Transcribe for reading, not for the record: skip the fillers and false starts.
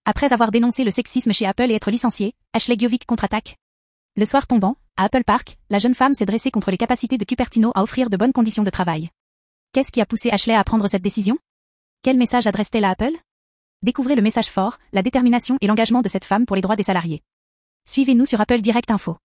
Après avoir dénoncé le sexisme chez Apple et être licenciée, Ashley Giovic contre-attaque. Le soir tombant, à Apple Park, la jeune femme s'est dressée contre les capacités de Cupertino à offrir de bonnes conditions de travail. Qu'est-ce qui a poussé Ashley à prendre cette décision? Quel message adresse-t-elle à Apple? Découvrez le message fort, la détermination et l'engagement de cette femme pour les droits des salariés. Suivez-nous sur Apple Direct Info.